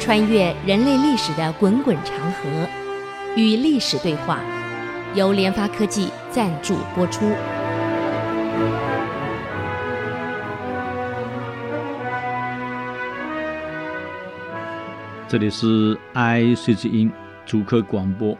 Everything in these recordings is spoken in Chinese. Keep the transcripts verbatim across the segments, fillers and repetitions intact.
穿越人类历史的滚滚长河，与历史对话，由联发科技赞助播出。 这里是 I C 之音主客广播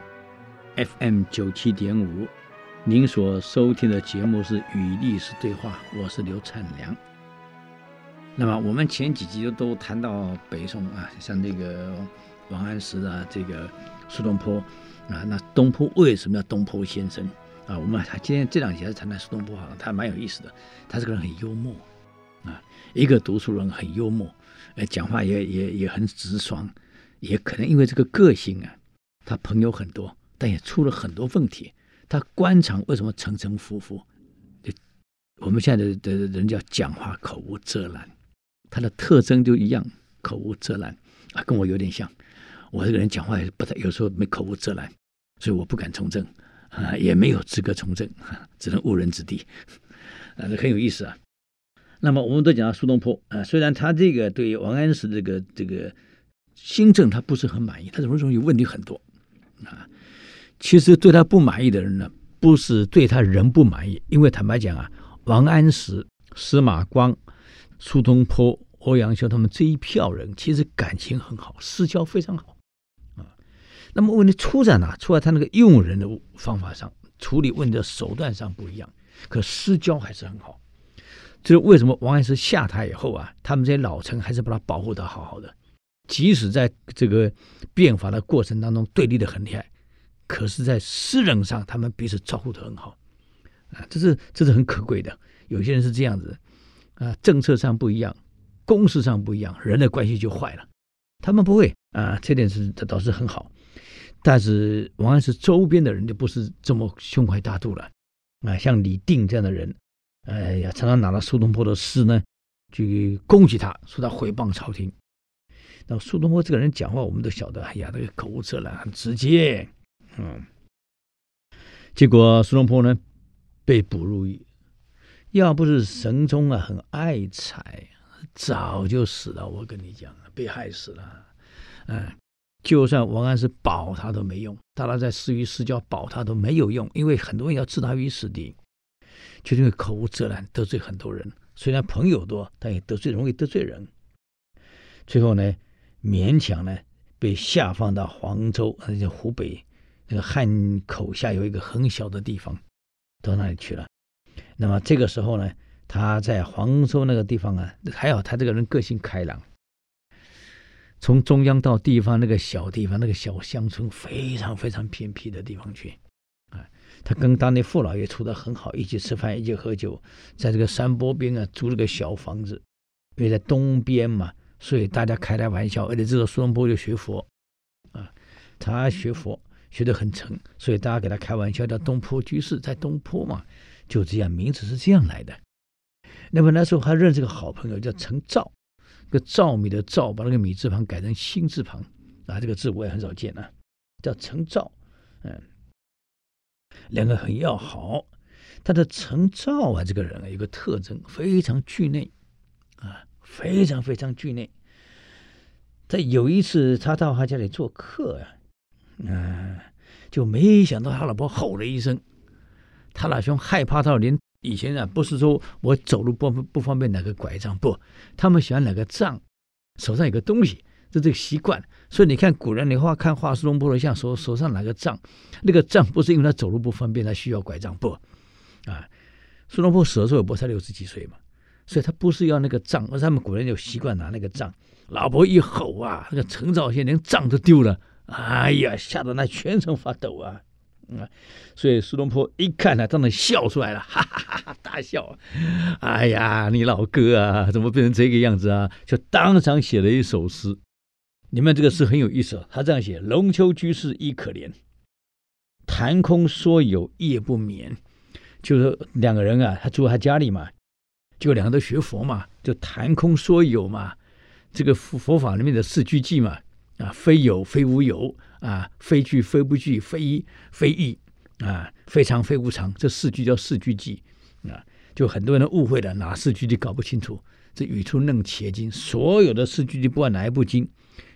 F M 九七点五，您所收听的节目是与历史对话，我是刘灿良。那么我们前几集都谈到北宋啊，像这个王安石啊，这个苏东坡啊，那东坡为什么叫东坡先生啊？我们今天这两集还是谈谈苏东坡，好像他蛮有意思的，他这个人很幽默啊，一个读书人很幽默，呃，讲话也也也很直爽，也可能因为这个个性啊，他朋友很多，但也出了很多问题。他官场为什么沉沉浮浮？我们现在的的人叫讲话口无遮拦。他的特征就一样，口无遮拦啊，跟我有点像。我这个人讲话也不太，有时候没口无遮拦，所以我不敢从政啊，也没有资格从政，只能误人子弟啊，这很有意思啊。那么我们都讲到苏东坡啊，虽然他这个对王安石这个这个新政他不是很满意，他容易问题很多啊。其实对他不满意的人呢，不是对他人不满意，因为坦白讲啊，王安石、司马光、苏东坡、欧阳修他们这一票人其实感情很好，私交非常好啊。那么问题出在哪？出在他那个用人的方法上，处理问题的手段上不一样，可私交还是很好。这是为什么王安石下台以后啊，他们这些老臣还是把他保护得好好的，即使在这个变法的过程当中对立得很厉害，可是在私人上他们彼此照顾得很好啊，这是这是很可贵的。有些人是这样子啊，政策上不一样，公事上不一样，人的关系就坏了。他们不会啊，这点是倒是很好。但是王安石周边的人就不是这么胸怀大度了啊，像李定这样的人，哎呀，常常拿了苏东坡的诗呢，去攻击他，说他诽谤朝廷。那苏东坡这个人讲话，我们都晓得，哎呀，那个口无遮拦，很直接。嗯，结果苏东坡呢被捕入狱，要不是神宗啊很爱才，早就死了。我跟你讲，被害死了。嗯，就算王安石保他都没用，大家在私语私交保他都没有用，因为很多人要置他于死地，就因为口无遮拦得罪很多人。虽然朋友多，但也得罪容易得罪人。最后呢，勉强呢被下放到黄州，那就湖北那个汉口下有一个很小的地方，到那里去了。那么这个时候呢，他在黄州那个地方啊，还好他这个人个性开朗，从中央到地方那个小地方，那个小乡村非常非常偏僻的地方去啊，他跟当地父老也处得很好，一起吃饭，一起喝酒，在这个山坡边啊租了个小房子，因为在东边嘛，所以大家开开玩笑，而且这个苏东坡就学佛啊，他学佛学得很成，所以大家给他开玩笑叫东坡居士，在东坡嘛，就这样，名字是这样来的。那么那时候他认识个好朋友叫陈兆，个糙米的糙，把那个米字旁改成心字旁啊，这个字我也很少见啊，叫陈兆。嗯，两个很要好。他的陈兆啊，这个人啊有个特征，非常惧内啊，非常非常惧内。他有一次他到他家里做客啊，啊，就没想到他老婆吼了一声，他老兄害怕到连以前啊，不是说我走路不不方便拿个拐杖，不，他们喜欢拿个杖，手上有个东西，这这个习惯。所以你看古人的话，看画苏东坡的像手手上拿个杖，那个杖不是因为他走路不方便，他需要拐杖，不啊。苏东坡死的时候也不才六十几岁嘛，所以他不是要那个杖，而是他们古人有习惯拿那个杖。老婆一吼啊，那个陈兆先连杖都丢了，哎呀，吓得那全身发抖啊！啊，所以苏东坡一看他，当然笑出来了，哈哈哈哈，大笑。哎呀，你老哥啊，怎么变成这个样子啊？就当场写了一首诗。你们这个诗很有意思，他这样写：龙丘居士亦可怜，谈空说有夜不眠。就是两个人啊，他住他家里嘛，就两个都学佛嘛，就谈空说有嘛。这个佛法里面的四句偈嘛，啊，非有非无有啊，非句非不句，非一非异啊，非常非无常，这四句叫四句偈啊。就很多人误会了，哪四句偈搞不清楚。这语出楞伽经，所有的四句偈不管哪一部经，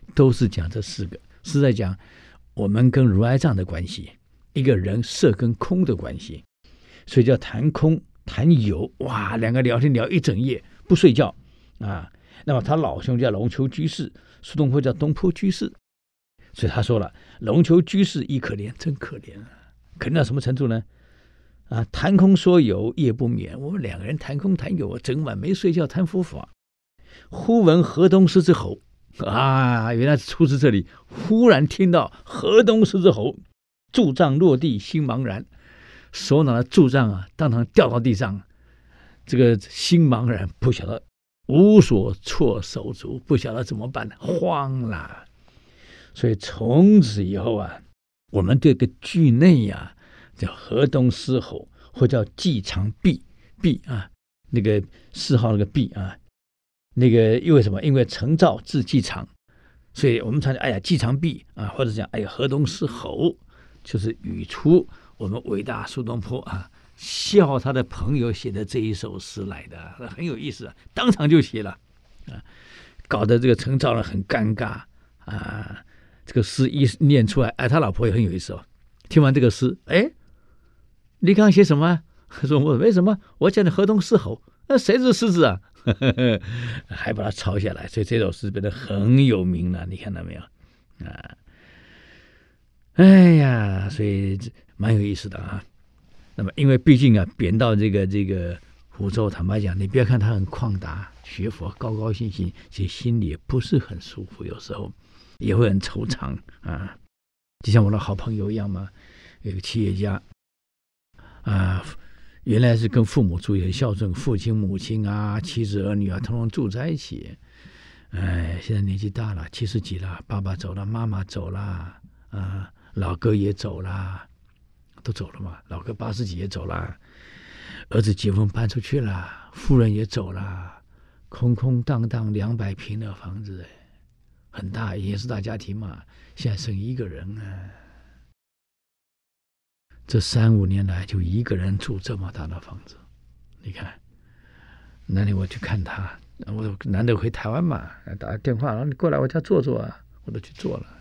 都是讲这四个，是在讲我们跟如来藏的关系，一个人色跟空的关系，所以叫谈空谈有。哇，两个聊天聊一整夜不睡觉啊。那么他老兄叫龙丘居士，苏东坡叫东坡居士，所以他说了，龙丘居士亦可怜，真可怜啊！可怜到什么程度呢？啊，谈空说有，夜不眠。我们两个人谈空谈有，整晚没睡觉谈佛法。忽闻河东狮子吼，啊，原来是出自这里。忽然听到河东狮子吼，柱杖落地心茫然，手拿的柱杖啊，当场掉到地上，这个心茫然，不晓得无所措手足，不晓得怎么办，慌了。所以从此以后啊，我们这个句内呀、啊，叫河东狮吼，或叫季长弼弼啊，那个谥号那个弼啊，那个因为什么？因为成造字季长，所以我们常讲哎呀季长弼啊，或者讲哎呀河东狮吼，就是语出我们伟大苏东坡啊笑他的朋友写的这一首诗来的，很有意思啊，当场就写了啊，搞得这个成造了很尴尬啊。这个诗一念出来，哎，他老婆也很有意思哦。听完这个诗，哎，你刚刚写什么？说我为什么？我讲的河东狮吼，那谁是狮子啊？还把它抄下来，所以这首诗变得很有名了。你看到没有？啊，哎呀，所以蛮有意思的啊。那么，因为毕竟啊，贬到这个这个湖州，坦白讲，你不要看他很旷达，学佛高高兴兴，其实心里也不是很舒服，有时候也会很惆怅啊。就像我的好朋友一样嘛，有个企业家啊，原来是跟父母住，很孝顺，父亲、母亲啊、妻子、儿女啊，通通住在一起。哎，现在年纪大了，七十几了，爸爸走了，妈妈走了，啊，老哥也走了，都走了嘛。老哥八十几也走了，儿子结婚搬出去了，夫人也走了，空空荡荡两百平的房子，哎，很大，也是大家庭嘛。现在剩一个人啊。这三五年来就一个人住这么大的房子，你看，那天我去看他，我难得回台湾嘛，打电话，然后你过来我家坐坐啊，我都去坐了。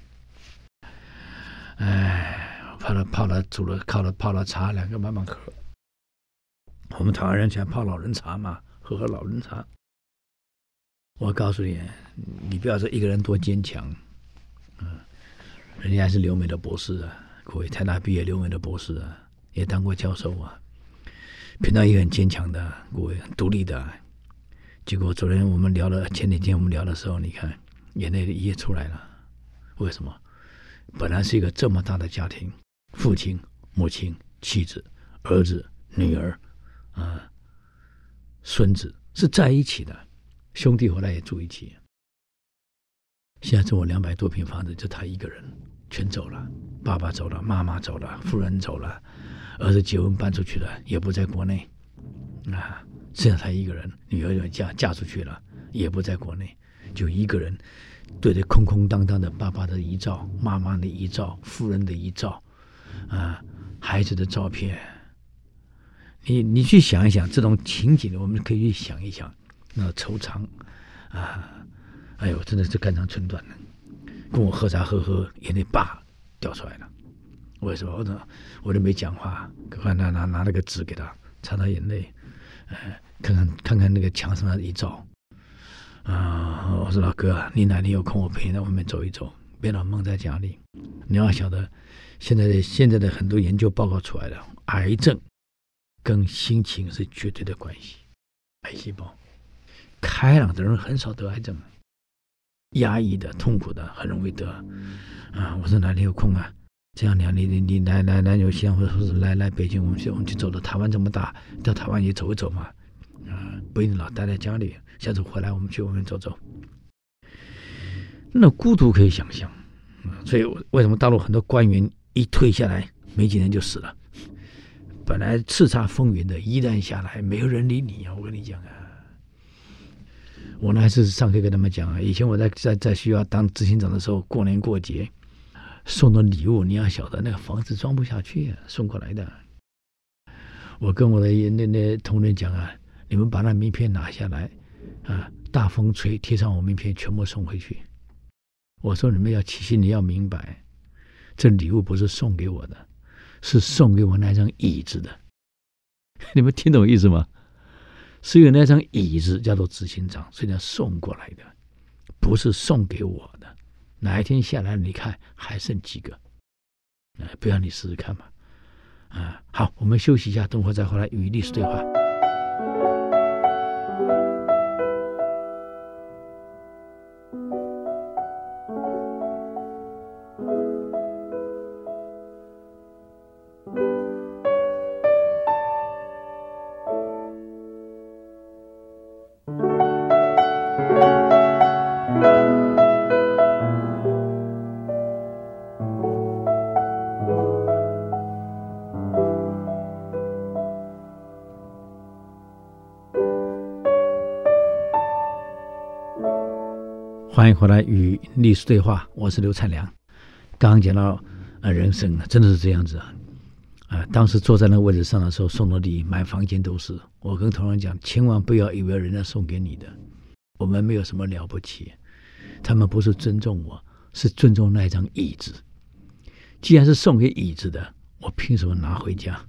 哎，泡了泡了，煮了泡了泡了茶，两个慢慢喝。我们台湾人喜欢泡老人茶嘛，喝喝老人茶。我告诉你，你不要说一个人多坚强，嗯，人家还是留美的博士啊。各位台大毕业留美的博士啊，也当过教授啊，平常也很坚强的，各位很独立的、啊。结果昨天我们聊了，前几天我们聊的时候，你看眼泪一夜出来了。为什么？本来是一个这么大的家庭，父亲、母亲、妻子、儿子、女儿啊、孙子是在一起的，兄弟后来也住一起。现在这我两百多平房子，就他一个人。全走了，爸爸走了，妈妈走了，夫人走了，儿子结婚搬出去了，也不在国内啊，剩下他一个人，女儿也嫁嫁出去了，也不在国内，就一个人对着空空荡荡的爸爸的遗照、妈妈的遗照、夫人的遗照啊，孩子的照片，你你去想一想这种情景，我们可以去想一想，那惆怅啊，哎呦，真的是肝肠寸断了。跟我喝茶喝喝，眼泪叭掉出来了。为什么？我都我都没讲话，赶快拿拿拿了个纸给他擦擦眼泪，呃，看看看看那个墙上的遗照。啊，我说老哥，你哪天有空，我陪你在外面走一走，别老闷在家里。你要晓得，现在的现在的很多研究报告出来了，癌症跟心情是绝对的关系。癌细胞，开朗的人很少得癌症。压抑的、痛苦的，很容易得啊！我说哪里有空啊？这样两你你你来来来纽西兰，或者是来来北京，我们去我们去走走。台湾这么大，到台湾也走一走嘛，啊，不一定老待在家里。下次回来我们去外面走走。那孤独可以想象，所以为什么大陆很多官员一退下来，没几年就死了？本来叱咤风云的，一旦下来，没有人理你啊！我跟你讲啊。我呢还是上课跟他们讲啊，以前我在在在学校当执行长的时候，过年过节送的礼物，你要晓得那个房子装不下去、啊，送过来的。我跟我的那那同仁讲啊，你们把那名片拿下来啊，大风吹贴上我名片，全部送回去。 我说你们要起心，你要明白，这礼物不是送给我的，是送给我那张椅子的。你们听懂意思吗？是有那张椅子叫做执行长，是人家送过来的，不是送给我的。哪一天下来你看还剩几个，呃、不要你试试看嘛。啊，好，我们休息一下，等会再回来与历史对话。欢迎回来与历史对话，我是刘灿良。刚刚讲到、呃、人生真的是这样子啊、呃！当时坐在那个位置上的时候，送的礼满房间都是。我跟同仁讲，千万不要以为人家送给你的，我们没有什么了不起，他们不是尊重我，是尊重那张椅子。既然是送给椅子的，我凭什么拿回家？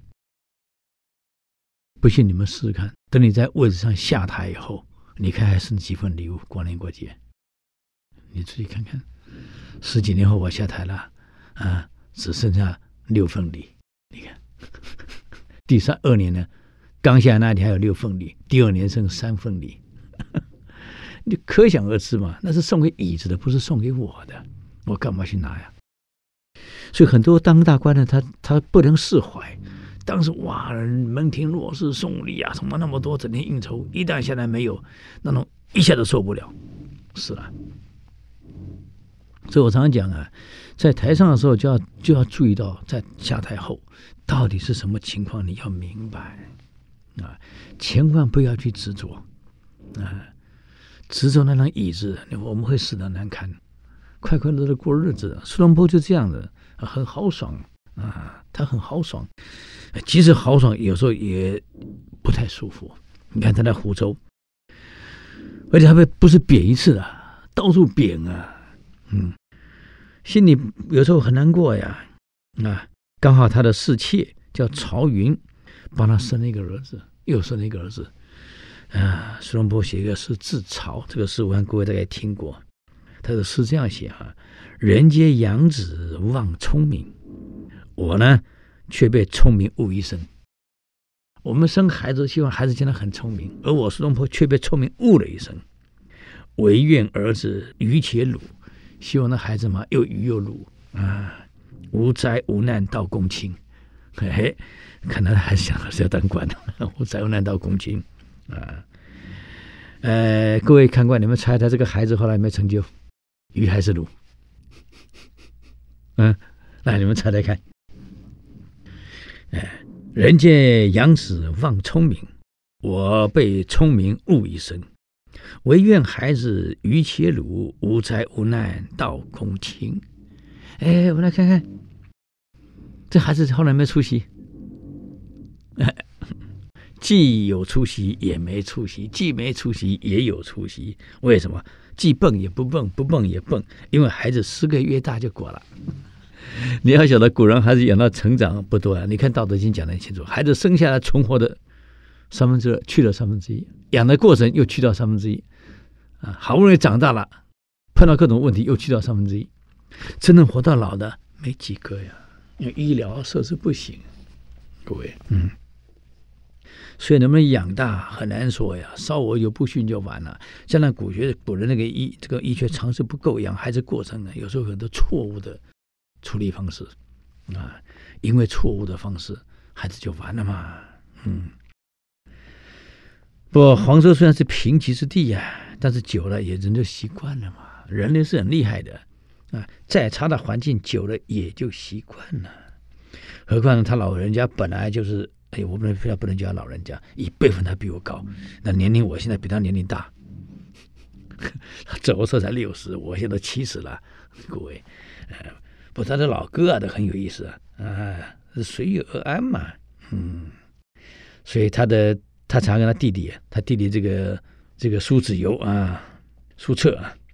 不信你们试试看，等你在位置上下台以后，你看还剩几份礼物，过年过节。你自己看看，十几年后我下台了，啊，只剩下六份礼。你看，第三二年呢，刚下那天还有六份礼，第二年剩三份礼，你可想而知嘛，那是送给椅子的，不是送给我的，我干嘛去拿呀？所以很多当大官的他他不能释怀，当时哇，门庭若市，送礼啊，什么那么多，整天应酬，一旦下来没有，那种一下都受不了，是啊。所以我常常讲啊，在台上的时候就要就要注意到，在下台后到底是什么情况，你要明白啊，千万不要去执着啊，执着那张椅子，我们会死得难堪。快快乐乐过日子，苏东坡就这样的，很豪爽啊，他很豪爽，即使豪爽，有时候也不太舒服。你看他在湖州，而且他不是贬一次啊，到处贬啊。嗯，心里有时候很难过呀，啊，刚好他的侍妾叫曹云，帮他生了一个儿子，又生了一个儿子，啊，苏东坡写一个诗自嘲，这个诗我看各位大概听过，他的诗这样写啊：人皆养子望聪明，我呢却被聪明误一生。我们生孩子希望孩子将来很聪明，而我苏东坡却被聪明误了一生，唯愿儿子愚且鲁。希望那孩子嘛，又愚又鲁啊，无灾无难到公卿。嘿嘿，看来还是想是要当官的，无灾无难到公卿啊。呃，各位看官，你们猜猜这个孩子后来有没有成就？愚还是鲁？嗯，来你们猜猜看。哎、呃，人皆养子望聪明，我被聪明误一生。唯愿孩子愚且鲁，无灾无难到公卿。哎，我们来看看，这孩子后来没出息，既有出息也没出息，既没出息也有出息。为什么？既笨也不笨，不笨也笨，因为孩子十个月大就过了。你要晓得，古人孩子养到成长不多啊。你看《道德经》讲得很清楚，孩子生下来存活的三分之二，去了三分之一，养的过程又去掉三分之一，啊，好不容易长大了，碰到各种问题又去掉三分之一，真正活到老的没几个呀，因为医疗设施不行，各位，嗯，所以能不能养大很难说呀，稍微有不驯就完了。像那古学古人那个医这个医学常识不够，养孩子过程呢，有时候很多错误的处理方式啊，因为错误的方式，孩子就完了嘛，嗯。不过黄州虽然是贫瘠之地呀、啊，但是久了也人就习惯了嘛。人类是很厉害的啊，再差的环境久了也就习惯了。何况他老人家本来就是，哎，我们非要不能叫他老人家，一辈分他比我高，那年龄我现在比他年龄大，走的时候才六十，我现在七十了，各位，呃，不，他的老哥啊都很有意思啊，啊，随遇而安嘛，嗯，所以他的。他常跟他弟弟，他弟弟这个这个苏子由啊，苏辙啊，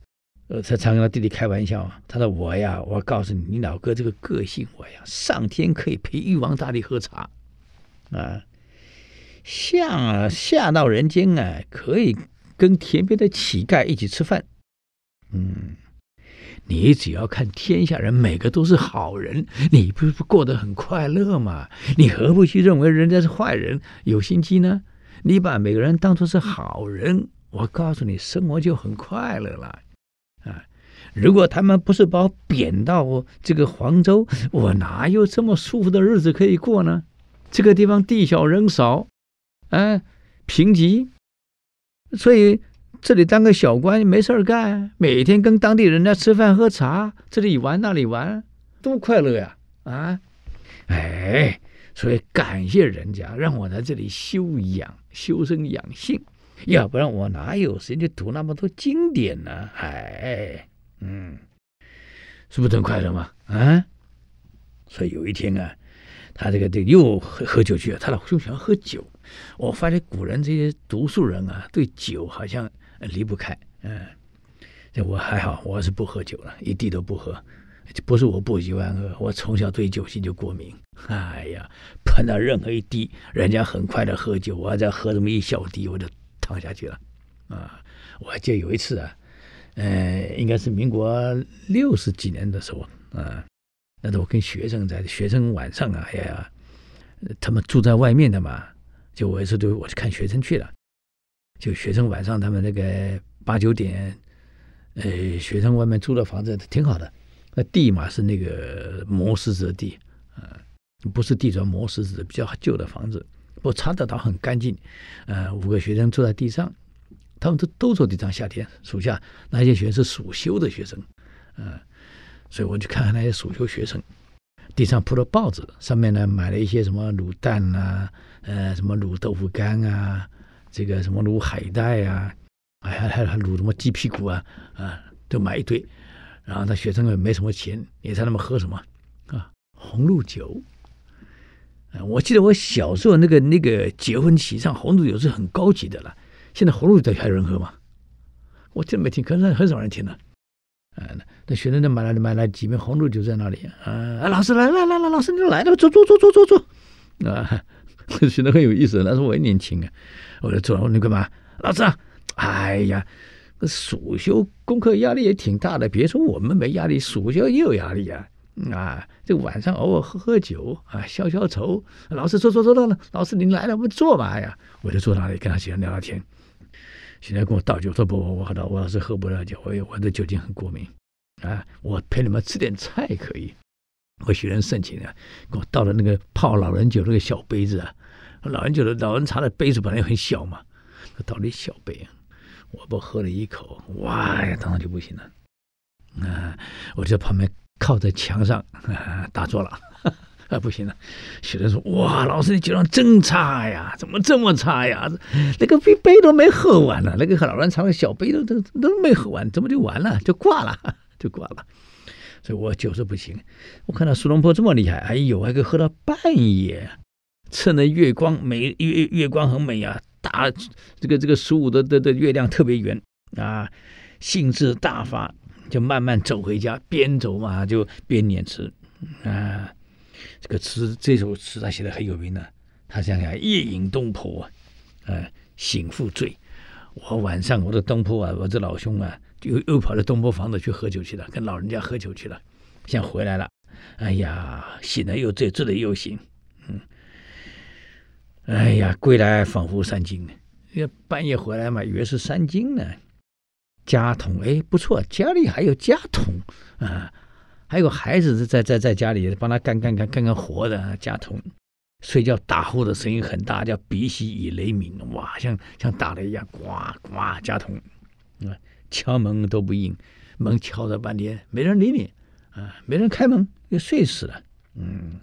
呃，他常跟他弟弟开玩笑，他说我呀，我告诉你，你老哥这个个性，我呀，上天可以陪玉皇大帝喝茶啊，下啊下到人间啊，可以跟田边的乞丐一起吃饭。嗯，你只要看天下人每个都是好人，你不是过得很快乐吗？你何不去认为人家是坏人，有心机呢？你把每个人当作是好人，我告诉你，生活就很快乐了。啊，如果他们不是把我贬到这个黄州，我哪有这么舒服的日子可以过呢？这个地方地小人少，啊，贫瘠，所以这里当个小官没事干，每天跟当地人家吃饭喝茶，这里玩那里玩，多快乐呀！啊，哎，所以感谢人家让我在这里修养、修身养性。要不然我哪有时间去读那么多经典呢？哎，嗯，是不是很快乐吗？啊，所以有一天啊，他这个这个又喝喝酒去了。他老兄喜欢喝酒，我发现古人这些读书人啊，对酒好像离不开。嗯，这我还好，我是不喝酒了，一滴都不喝。不是我不喜欢喝，我从小对酒精就过敏。哎呀，碰到任何一滴，人家很快的喝酒，我再喝这么一小滴，我就躺下去了。啊，我还记得有一次啊，呃，应该是民国六十几年的时候啊，那时候我跟学生在，学生晚上啊，哎呀，他们住在外面的嘛，就我一次就我去看学生去了，就学生晚上他们那个八九点，呃，学生外面租的房子挺好的。那地嘛是那个磨石子的地，呃，不是地砖磨石子，比较旧的房子，不过擦得倒很干净。呃，五个学生坐在地上，他们都都坐地上。夏天暑假那些学生是暑休的学生，呃，所以我就看看那些暑休学生，地上铺了报纸，上面呢买了一些什么卤蛋啊，呃，什么卤豆腐干啊，这个什么卤海带啊，哎呀，还还卤什么鸡屁股啊，啊，都买一堆。然后他学生也没什么钱，也在那么喝什么啊红露酒。啊，我记得我小时候那个那个结婚喜上红露酒是很高级的了，现在红露酒还有人喝吗？我真没听，可能很少人听了。啊，那学生就买了买了几瓶红露酒在那里啊，老师来来来来，老师你来了，坐坐坐坐坐坐啊，学得很有意思。那时候我也年轻啊，我就坐了，我说你干嘛？老师啊，哎呀。暑休功课压力也挺大的，别说我们没压力，暑休也有压力啊！啊，这个晚上偶尔喝喝酒啊，消消愁。老师坐坐坐到了，老师您来了，我们坐吧呀！我就坐那里跟他学生聊聊天。现在跟我倒酒，说不不，我我老是喝不了酒，我我对酒精很过敏啊！我陪你们吃点菜可以。我学生盛情啊，给我倒了那个泡老人酒那个小杯子啊，老人酒的老人茶的杯子本来很小嘛，倒了一小杯啊。我不喝了一口，哇呀，当场就不行了。啊，我就在旁边靠在墙上啊打坐了，啊不行了。学生说：“哇，老师你酒量真差呀，怎么这么差呀？那个杯杯都没喝完了，那个老人茶的小杯都都都没喝完，怎么就完了？就挂了，就挂了。”所以我就是不行。我看到苏东坡这么厉害，哎呦，还可以喝到半夜，趁着月光美，月月光很美啊。大这个这个十五的的的月亮特别圆啊，兴致大发，就慢慢走回家，边走嘛就边念词啊。这个词这首词他写的很有名的，他想想夜饮东坡啊，呃，醒复醉。我晚上我的东坡啊，我这老兄啊，又又跑到东坡房子去喝酒去了，跟老人家喝酒去了。现在回来了，哎呀，醒了又醉，醉了又醒，嗯。哎呀，归来仿佛三更，半夜回来嘛，以为是三更呢。家童，哎，不错，家里还有家童啊，还有孩子在在在家里帮他干干干干干活的家童。睡觉打呼的声音很大，叫鼻息以雷鸣，哇，像像打雷一样，呱呱。家童啊，敲门都不应，门敲了半天没人理你啊，没人开门，又睡死了。嗯，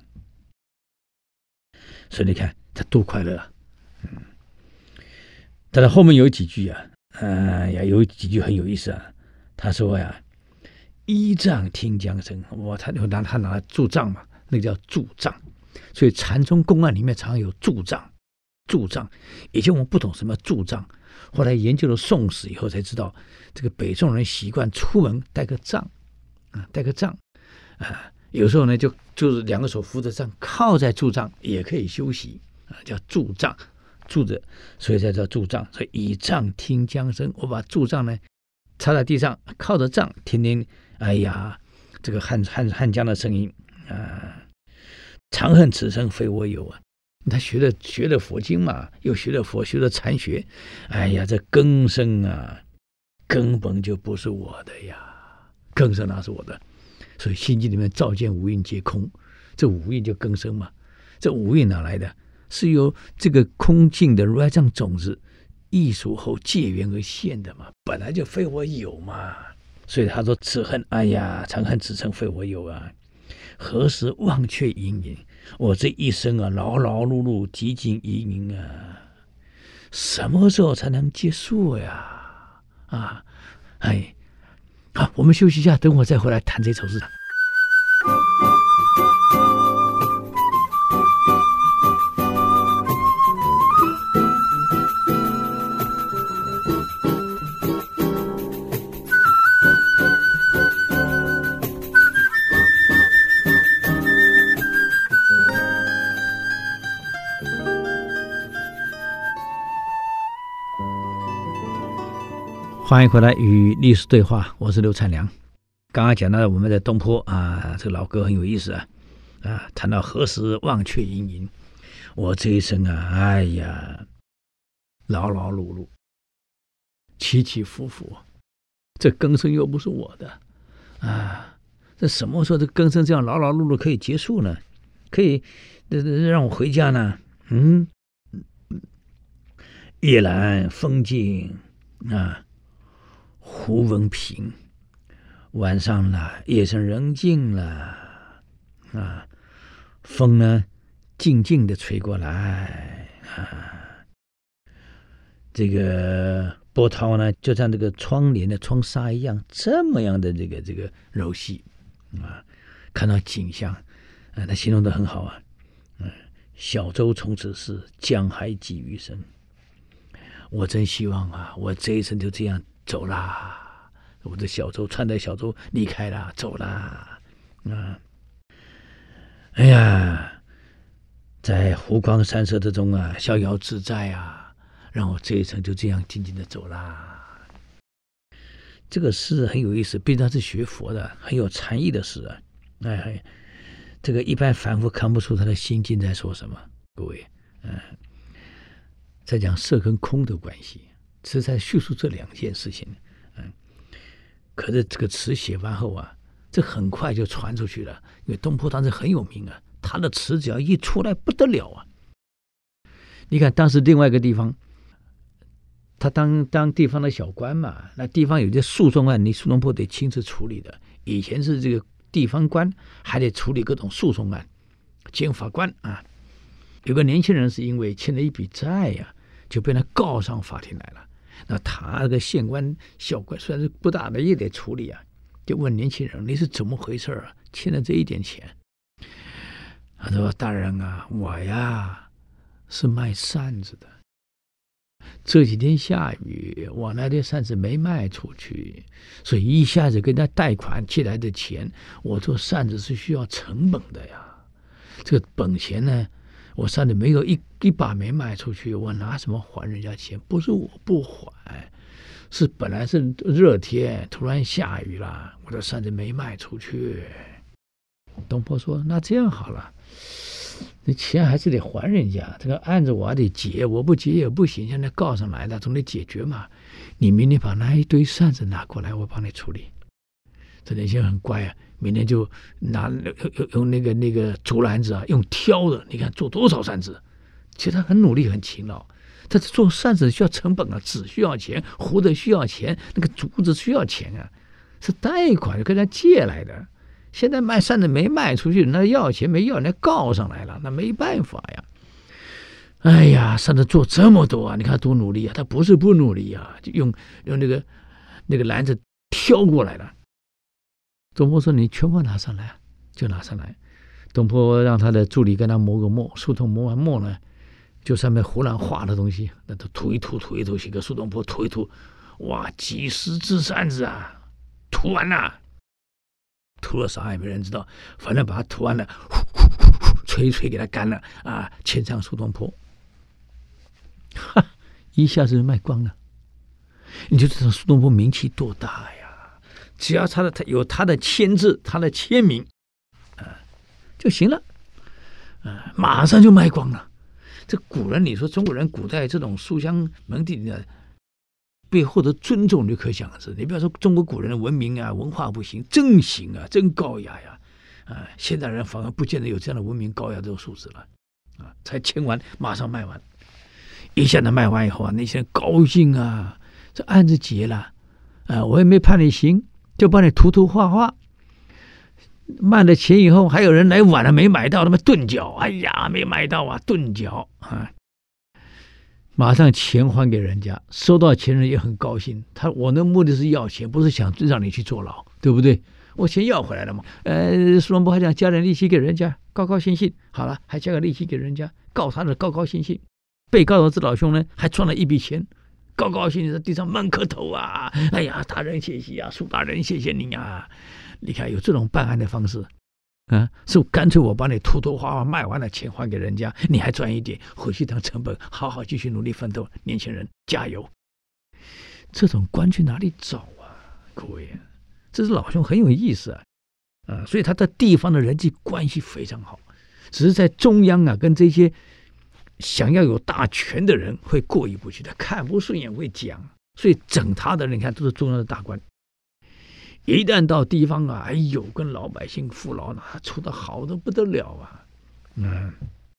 所以你看。他多快乐啊！嗯，但是后面有几句啊，呃呀，有几句很有意思啊。他说呀，依杖听江声，哇，他拿他拿来助杖嘛，那个叫助杖。所以禅宗公案里面常有助杖柱杖。以前我们不懂什么柱杖，后来研究了宋史以后才知道，这个北宋人习惯出门带个杖啊，带个杖啊，有时候呢就就是两个手扶着杖，靠在柱杖也可以休息啊，叫柱杖，柱着，所以才叫柱杖。所以以杖听江声，我把柱杖呢插在地上，靠着杖听听，哎呀，这个汉汉汉江的声音啊。长恨此生非我有啊！他学了学了佛经嘛，又学了佛，学了禅学，哎呀，这更生啊，根本就不是我的呀，更生哪是我的？所以心经里面照见五蕴皆空，这五蕴就更生嘛。这五蕴哪来的？是由这个空境的如来藏种子异熟后借缘而现的嘛，本来就非我有嘛。所以他说此恨，哎呀，长恨此生非我有啊！何时忘却营营？我这一生啊，劳劳碌碌，汲汲营营啊，什么时候才能结束呀？啊，哎，好，我们休息一下，等会再回来谈这首诗。欢迎回来与历史对话，我是刘灿良。刚刚讲到我们在东坡啊，这个老歌很有意思啊，啊，谈到何时忘却营营，我这一生啊，哎呀，劳劳碌碌，起起伏伏，这更生又不是我的啊，这什么时候这更生这样劳劳碌碌可以结束呢？可以让我回家呢？嗯，夜阑风静啊。胡文平，晚上了，夜深人静了啊，风呢静静的吹过来啊，这个波涛呢就像这个窗帘的窗纱一样，这么样的这个这个柔细啊，看到景象啊，他形容的很好啊，嗯，小舟从此逝，江海寄余生。我真希望啊，我这一生就这样走啦，我的小舟穿着小舟离开啦，走啦，啊，哎呀，在湖光山色之中啊，逍遥自在啊，让我这一生就这样静静的走啦。这个诗很有意思，毕竟他是学佛的，很有禅意的诗啊。哎，这个一般凡夫看不出他的心境在说什么，各位，嗯，在讲色跟空的关系。是在叙述这两件事情，嗯，可是这个词写完后啊，这很快就传出去了，因为东坡当时很有名啊，他的词只要一出来不得了啊。你看当时另外一个地方，他当当地方的小官嘛，那地方有些诉讼案，你苏东坡得亲自处理的。以前是这个地方官还得处理各种诉讼案，监法官啊，有个年轻人是因为欠了一笔债呀、啊，就被他告上法庭来了。那他这个县官小官虽然是不大的也得处理啊，就问年轻人你是怎么回事啊？欠了这一点钱。他说大人啊，我呀是卖扇子的，这几天下雨，我那点扇子没卖出去，所以一下子跟他贷款借来的钱，我做扇子是需要成本的呀。这个本钱呢，我扇子没有一一把没卖出去，我拿什么还人家钱？不是我不还，是本来是热天，突然下雨了，我的扇子没卖出去。东坡说：“那这样好了，那钱还是得还人家，这个案子我还得结，我不结也不行，现在告上来了，总得解决嘛。你明天把那一堆扇子拿过来，我帮你处理。”这年轻人很乖啊，明天就拿用用那个那个竹篮子啊，用挑的，你看做多少扇子。其实他很努力很勤劳，但是做扇子需要成本啊，纸需要钱，糊的需要钱，那个竹子需要钱啊，是贷款跟他借来的。现在卖扇子没卖出去，那要钱没要，人家告上来了，那没办法呀。哎呀，扇子做这么多啊，你看多努力啊！他不是不努力啊，就用用那个那个篮子挑过来了。东坡说：“你全部拿上来，就拿上来。”东坡让他的助理跟他磨个墨，书童磨完墨呢， 就上面胡乱画的东西，那都涂一涂涂一涂，写个苏东坡涂一涂，哇，几十只扇子啊，涂完了，涂了啥也没人知道，反正把它涂完了，呼呼呼呼吹一吹给它干了啊，签上苏东坡，哈，一下子就卖光了。你就知道苏东坡名气多大呀！只要他的他有他的签字，他的签名，啊，就行了，啊，马上就卖光了。这古人，你说中国人古代这种书香门第的背后的尊重，你就可想而知。你不要说中国古人的文明啊、文化不行，真行啊，真高雅呀！啊，现代人反而不见得有这样的文明高雅这种素质了，啊，才签完马上卖完，一下子卖完以后啊，那些人高兴啊，这案子结了，啊，我也没判你刑，就帮你涂涂画画。卖了钱以后，还有人来晚了没买到，他们顿脚，哎呀，没买到啊，顿脚啊，马上钱还给人家，收到钱人也很高兴。他我的目的是要钱，不是想让你去坐牢，对不对？我钱要回来了嘛。呃，苏东坡还想加点利息给人家，高高兴兴。好了，还加个利息给人家，告他的高高兴兴。被告的这老兄呢，还赚了一笔钱，高高兴兴在地上闷磕头啊！哎呀，大人谢谢啊，苏大人谢谢您啊！你看有这种办案的方式，啊，是干脆我把你涂涂画画卖完了，钱还给人家，你还赚一点，回去当成本，好好继续努力奋斗，年轻人加油！这种官去哪里找啊？各位，这是老兄很有意思啊，啊，所以他在地方的人际关系非常好，只是在中央啊，跟这些想要有大权的人会过意不去，他看不顺眼会讲，所以整他的人，你看都是中央的大官。一旦到地方啊，哎呦，跟老百姓父老呢，处得好的不得了啊，嗯，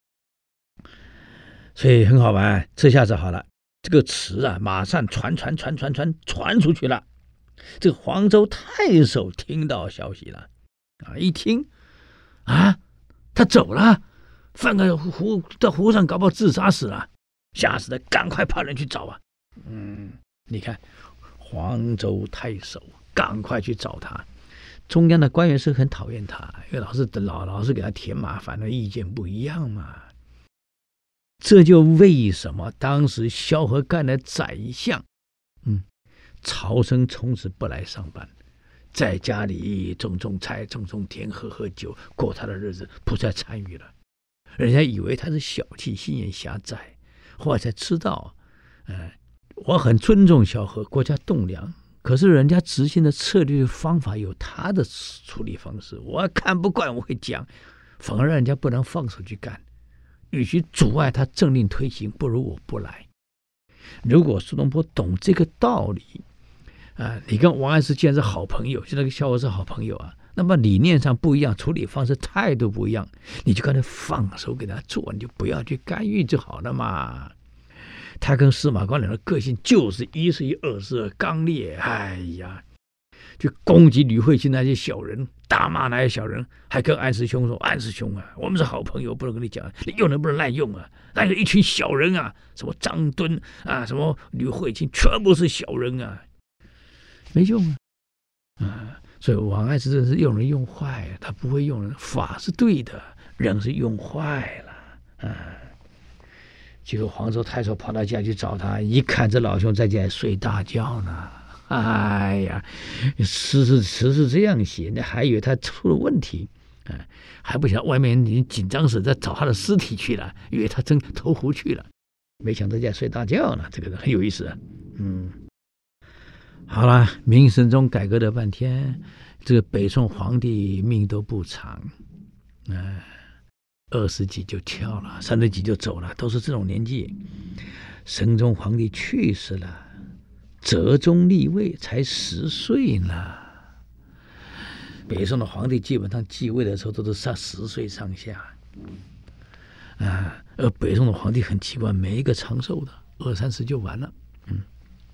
所以很好玩。这下子好了，这个词啊，马上传传传传传传出去了。这个黄州太守听到消息了，啊，一听啊，他走了，翻个湖在湖上搞不好自杀死了，吓死了，赶快派人去找啊。嗯，你看黄州太守。赶快去找他，中央的官员是很讨厌他，因为老是老老是给他添麻烦的，意见不一样嘛。这就为什么当时萧何干的宰相，嗯，曹生从此不来上班，在家里种种菜、种种田、喝喝酒，过他的日子，不再参与了。人家以为他是小气、心眼狭窄，后来才知道，呃，我很尊重萧何，国家栋梁。可是人家执行的策略方法有他的处理方式，我看不惯我会讲，反而让人家不能放手去干。与其阻碍他政令推行，不如我不来。如果苏东坡懂这个道理啊，你跟王安石既然是好朋友，就那个萧何是好朋友啊，那么理念上不一样，处理方式态度不一样，你就干脆放手给他做，你就不要去干预就好了嘛。他跟司马光两个个性就是一是一，二是二，刚烈。哎呀，就攻击吕惠卿那些小人，打骂那些小人，还跟安师兄说：“安师兄啊，我们是好朋友，不能跟你讲，你用人不能滥用啊！那有一群小人啊，什么张敦啊，什么吕惠卿，全部是小人啊，没用啊！啊，所以王安石真是用人用坏了，他不会用人，法是对的，人是用坏了啊。”结果黄州太守跑到家去找他，一看这老兄在家里睡大觉呢。哎呀，诗是词是这样写，那还以为他出了问题，啊，还不想外面已经紧张死，在找他的尸体去了，以为他真投湖去了，没想到在家睡大觉呢。这个很有意思啊。嗯，好了，明神宗改革了半天，这个北宋皇帝命都不长，啊。二十几就跳了，三十几就走了，都是这种年纪。神宗皇帝去世了，哲宗立位才十岁呢。北宋的皇帝基本上继位的时候都是上十岁上下，啊，而北宋的皇帝很奇怪，没一个长寿的，二三十就完了。嗯，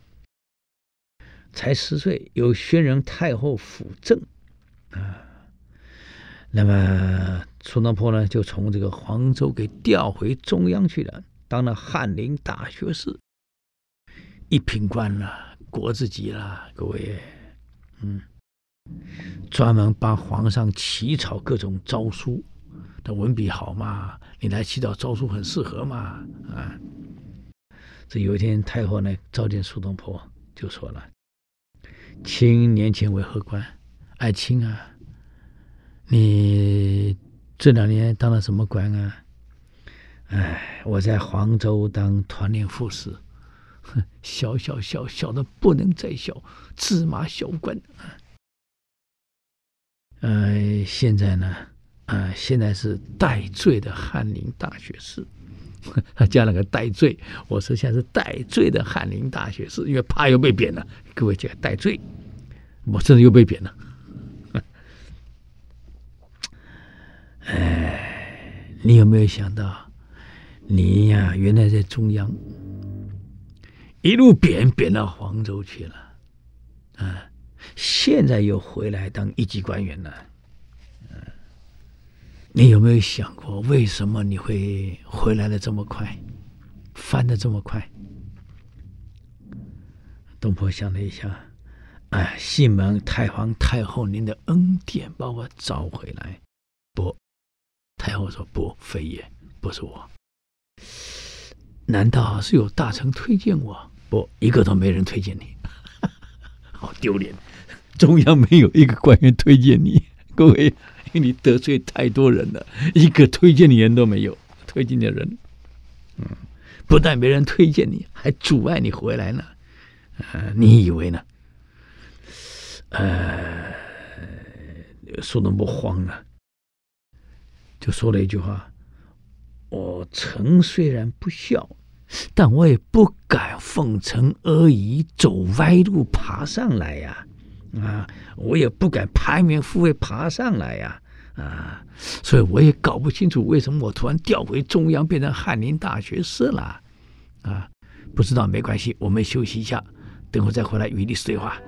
才十岁，有宣仁太后辅政，啊。那么苏东坡呢，就从这个黄州给调回中央去了，当了翰林大学士，一品官了，国字级了，各位，嗯，专门帮皇上起草各种诏书， 他文笔好嘛，你来祈祷招书很适合嘛，啊。这有一天太后呢召见苏东坡，就说了：“卿年前为何官？爱卿啊，你这两年当了什么官啊？”哎，我在黄州当团练副使，小小小小的不能再小，芝麻小官。呃，现在呢，啊、呃，现在是戴罪的翰林大学士。他加了个戴罪，我说现在是戴罪的翰林大学士，因为怕又被贬了。各位这个戴罪，我真的又被贬了。哎，你有没有想到，你呀、啊，原来在中央，一路贬贬到黄州去了，啊，现在又回来当一级官员了。你有没有想过，为什么你会回来的这么快，翻的这么快？东坡想了一下，哎，幸蒙太皇太后您的恩典，把我找回来。不，太后说不，非也，不是我。难道是有大臣推荐我？不，一个都没人推荐你，好丢脸！中央没有一个官员推荐你，各位。因为你得罪太多人了，一个推荐你人都没有，推荐你的人，嗯，不但没人推荐你，还阻碍你回来呢。呃，你以为呢？呃，苏东坡慌了，就说了一句话：“我臣虽然不孝，但我也不敢奉承阿谀，走歪路爬上来呀。”啊，我也不敢排名复位爬上来呀、啊，啊，所以我也搞不清楚为什么我突然调回中央，变成翰林大学士了，啊，不知道没关系，我们休息一下，等会再回来与历史对话。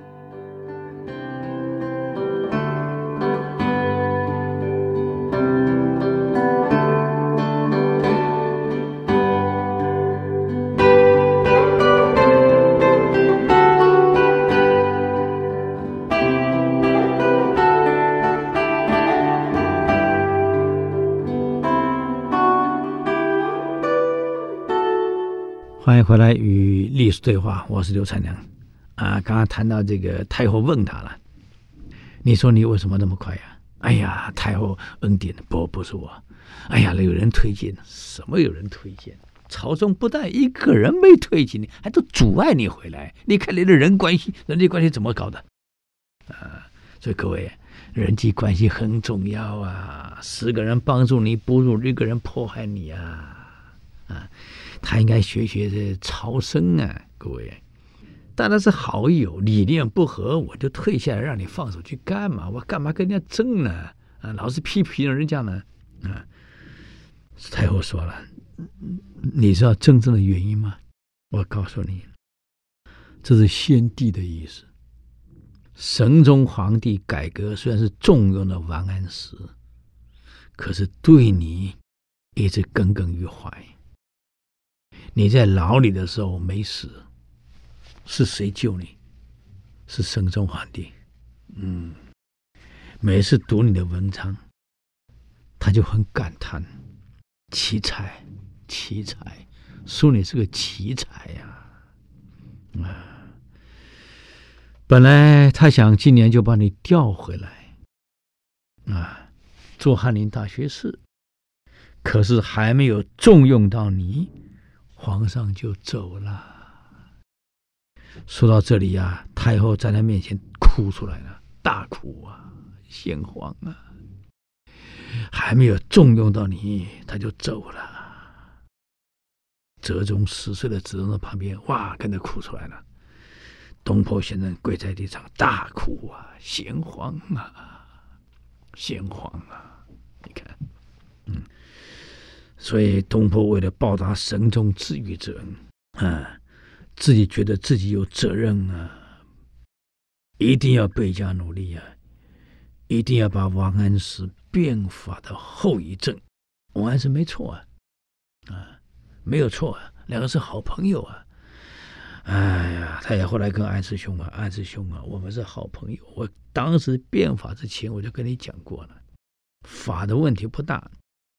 欢迎回来与历史对话，我是刘灿良啊。刚刚谈到这个太后问他了，你说你为什么那么快呀、啊？哎呀，太后恩典，不不是我。哎呀，有人推荐，什么有人推荐？朝中不但一个人没推荐你，还都阻碍你回来。你看你的人关系、人际关系怎么搞的？啊，所以各位，人际关系很重要啊。十个人帮助你，不如一个人迫害你啊！啊。他应该学学这曹参啊，各位，当然是好友，理念不合我就退下来，让你放手去干嘛？我干嘛跟人家争呢？啊，老是批评人家呢？啊，太后说了，你知道真正的原因吗？我告诉你，这是先帝的意思。神宗皇帝改革虽然是重用了王安石，可是对你一直耿耿于怀。你在牢里的时候没死，是谁救你？是神宗皇帝。嗯，每次读你的文章，他就很感叹，奇才，奇才，说你是个奇才呀、啊！啊，本来他想今年就把你调回来，啊，做翰林大学士，可是还没有重用到你。皇上就走了。说到这里啊，太后在他面前哭出来了，大哭啊，先皇啊，还没有重用到你，他就走了。哲宗十岁的哲宗在旁边，哇，跟着哭出来了。东坡先生跪在地上大哭啊，先皇啊，先皇啊，你看，嗯。所以东坡为了报答神宗知遇之恩啊，自己觉得自己有责任啊，一定要倍加努力啊，一定要把王安石变法的后遗症，王安石没错啊，啊，没有错啊，两个是好朋友啊。哎呀，他也后来跟安石兄啊，安石兄啊，我们是好朋友。我当时变法之前我就跟你讲过了，法的问题不大。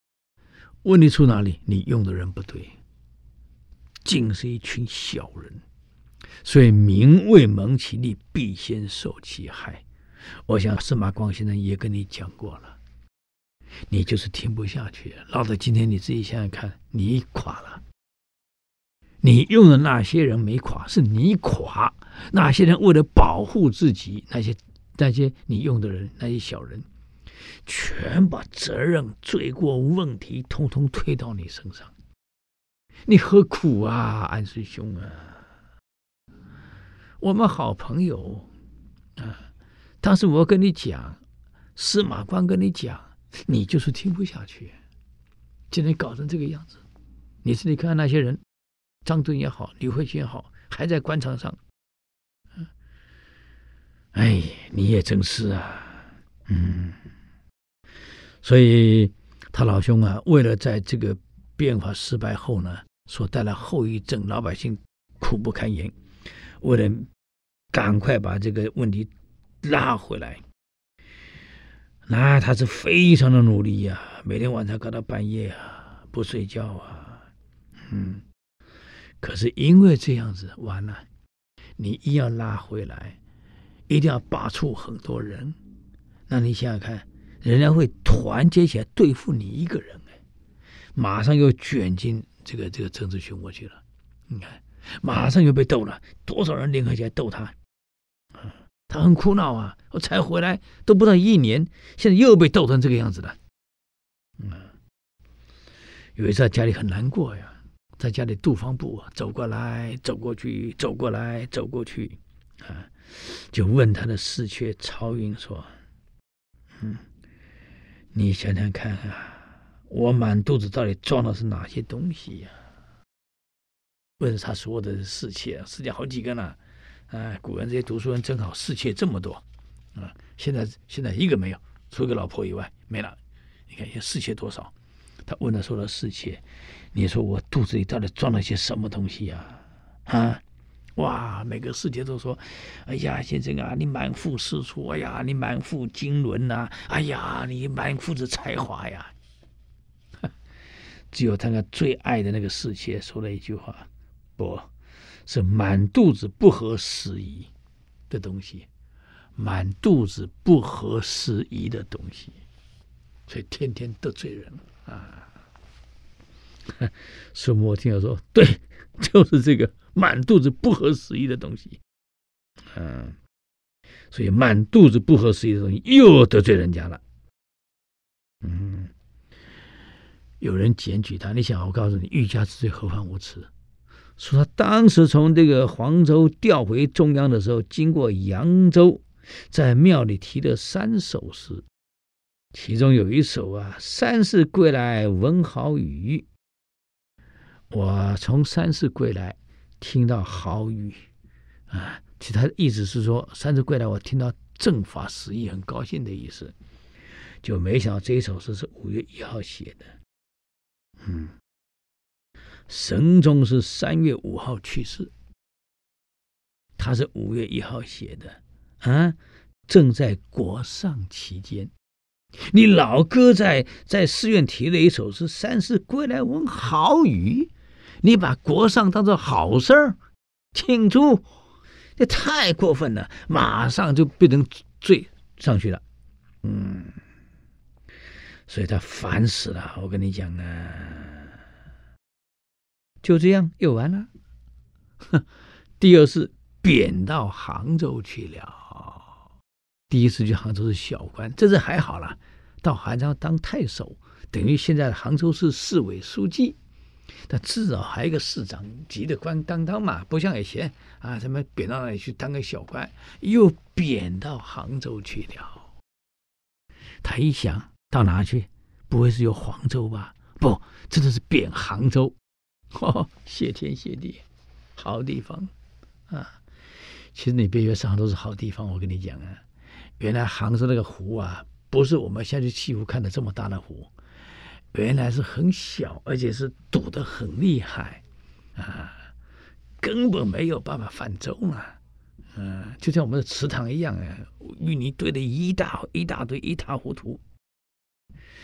问题出哪里？你用的人不对，尽是一群小人，所以民未蒙其利，必先受其害。我想司马光先生也跟你讲过了，你就是听不下去，闹到今天你自己想想看，你垮了。你用的那些人没垮，是你垮。那些人为了保护自己，那些那些你用的人，那些小人，全把责任、罪过、问题通通推到你身上，你何苦啊，安师兄啊！我们好朋友啊，当时我跟你讲，司马光跟你讲，你就是听不下去，今天搞成这个样子。你自己看看那些人，张敦也好，李慧卿也好，还在官场上。哎，你也真是啊，嗯。所以他老兄啊，为了在这个变法失败后呢，所带来后遗症，老百姓苦不堪言，为了赶快把这个问题拉回来，那他是非常的努力呀、啊，每天晚上搞到半夜啊，不睡觉啊，嗯。可是因为这样子完了，你一要拉回来，一定要拔出很多人，那你想想看，人家会团结起来对付你一个人，哎，马上又卷进这个这个政治漩涡去了。你看，马上又被斗了，多少人联合起来斗他，嗯、他很苦恼啊！我才回来都不到一年，现在又被斗成这个样子了。嗯，有一次家里很难过呀。在家里杜方部走过来走过去走过来走过去啊，就问他的侍妾曹云说：嗯，你想想看啊，我满肚子到底装的是哪些东西呀、啊？问他所有的侍妾，侍妾好几个呢。啊，古人这些读书人真好，侍妾这么多啊！现在现在一个没有，除个老婆以外没了。你看侍妾多少？他问了所有的侍妾，你说我肚子里到底装了些什么东西呀、啊？啊，哇！每个侍妾都说：“哎呀，先生啊，你满腹诗书，哎呀，你满腹经纶呐、啊，哎呀，你满腹子才华呀。”只有他那最爱的那个侍妾说了一句话：“不是满肚子不合时宜的东西，满肚子不合时宜的东西，所以天天得罪人。”啊，苏沫听了说：“对，就是这个满肚子不合时宜的东西。”嗯，所以满肚子不合时宜的东西又得罪人家了。嗯，有人检举他，你想，我告诉你，欲加之罪，何患无辞？说他当时从这个黄州调回中央的时候，经过扬州，在庙里题了三首诗。其中有一首啊，三世归来闻好语。我从三世归来听到好语啊，其他的意思是说，三世归来我听到正法实义，很高兴的意思。就没想到这一首诗是五月一号写的。嗯，神宗是三月五号去世，他是五月一号写的啊，正在国丧期间。你老哥在在寺院题了一首诗，三世归来闻好语，你把国丧当作好事儿庆祝，这太过分了，马上就变成罪上去了。嗯，所以他烦死了，我跟你讲啊，就这样又完了。第二次贬到杭州去了。第一次去杭州是小官，这次还好了，到杭州当太守，等于现在的杭州市市委书记，但至少还有一个市长级的官当当嘛，不像以前啊，什么贬到那里去当个小官，又贬到杭州去了。他一想，到哪去？不会是有黄州吧？不，真的是贬杭州。哦，谢天谢地，好地方啊！其实你别以为杭州是好地方，我跟你讲啊。原来杭州那个湖啊，不是我们下去西湖看的这么大的湖，原来是很小，而且是堵得很厉害啊，根本没有办法泛舟嘛。嗯、呃，就像我们的池塘一样啊，淤泥堆的一大一大堆，一塌糊涂。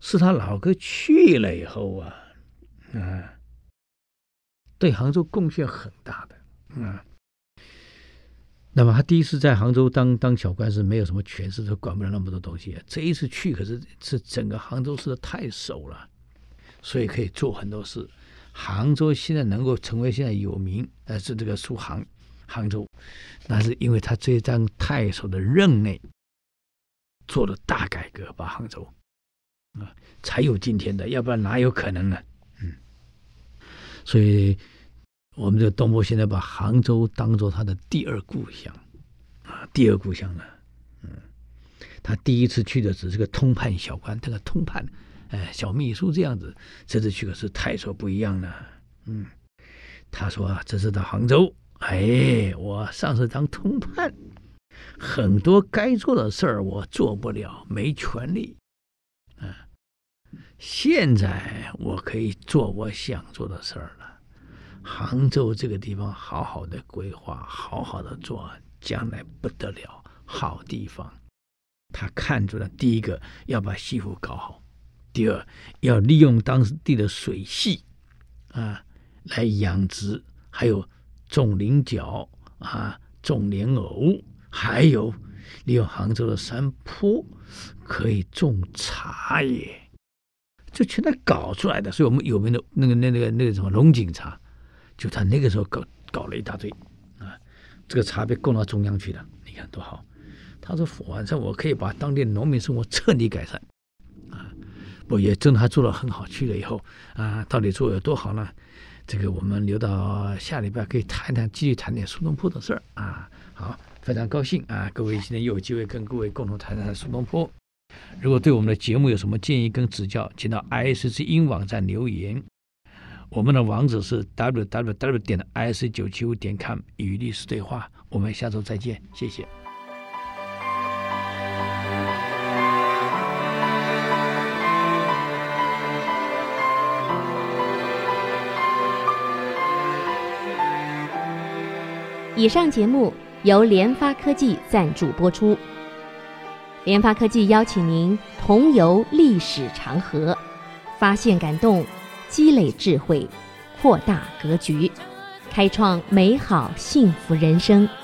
是他老哥去了以后啊，啊，对杭州贡献很大的啊。那么他第一次在杭州当当小官是没有什么权势，都管不了那么多东西。这一次去可是是整个杭州市的太守了，所以可以做很多事。杭州现在能够成为现在有名，呃，是这个苏杭杭州，那是因为他这张太守的任内做了大改革，把杭州啊才有今天的，要不然哪有可能呢？嗯，所以。我们这个东坡现在把杭州当作他的第二故乡啊，第二故乡了。嗯，他第一次去的只是个通判小官，这个通判，哎，小秘书这样子。这次去可是太守不一样了。嗯，他说啊，这次到杭州，哎，我上次当通判，很多该做的事儿我做不了，没权利。啊，现在我可以做我想做的事儿了。杭州这个地方好好的规划，好好的做，将来不得了，好地方。他看出了第一个要把西湖搞好，第二要利用当地的水系啊来养殖，还有种菱角啊，种莲藕，还有利用杭州的山坡可以种茶叶，这全都搞出来的。所以我们有名的那个那个那个什么龙井茶。就他那个时候搞搞了一大堆啊，这个茶被供到中央去了，你看多好。他说晚上我可以把当地农民生活彻底改善啊，不也真的他做得很好。去了以后啊，到底做有多好呢？这个我们留到下礼拜可以谈谈，继续谈点苏东坡的事儿啊。好，非常高兴啊，各位今天又有机会跟各位共同谈谈苏东坡。如果对我们的节目有什么建议跟指教，请到 I S 之音网站留言。我们的网址是 double u double u double u 点 i s 九七五点 com， 与历史对话。我们下周再见，谢谢。 以上节目由联发科技赞助播出。联发科技邀请您同游历史长河，发现感动，积累智慧，扩大格局，开创美好幸福人生。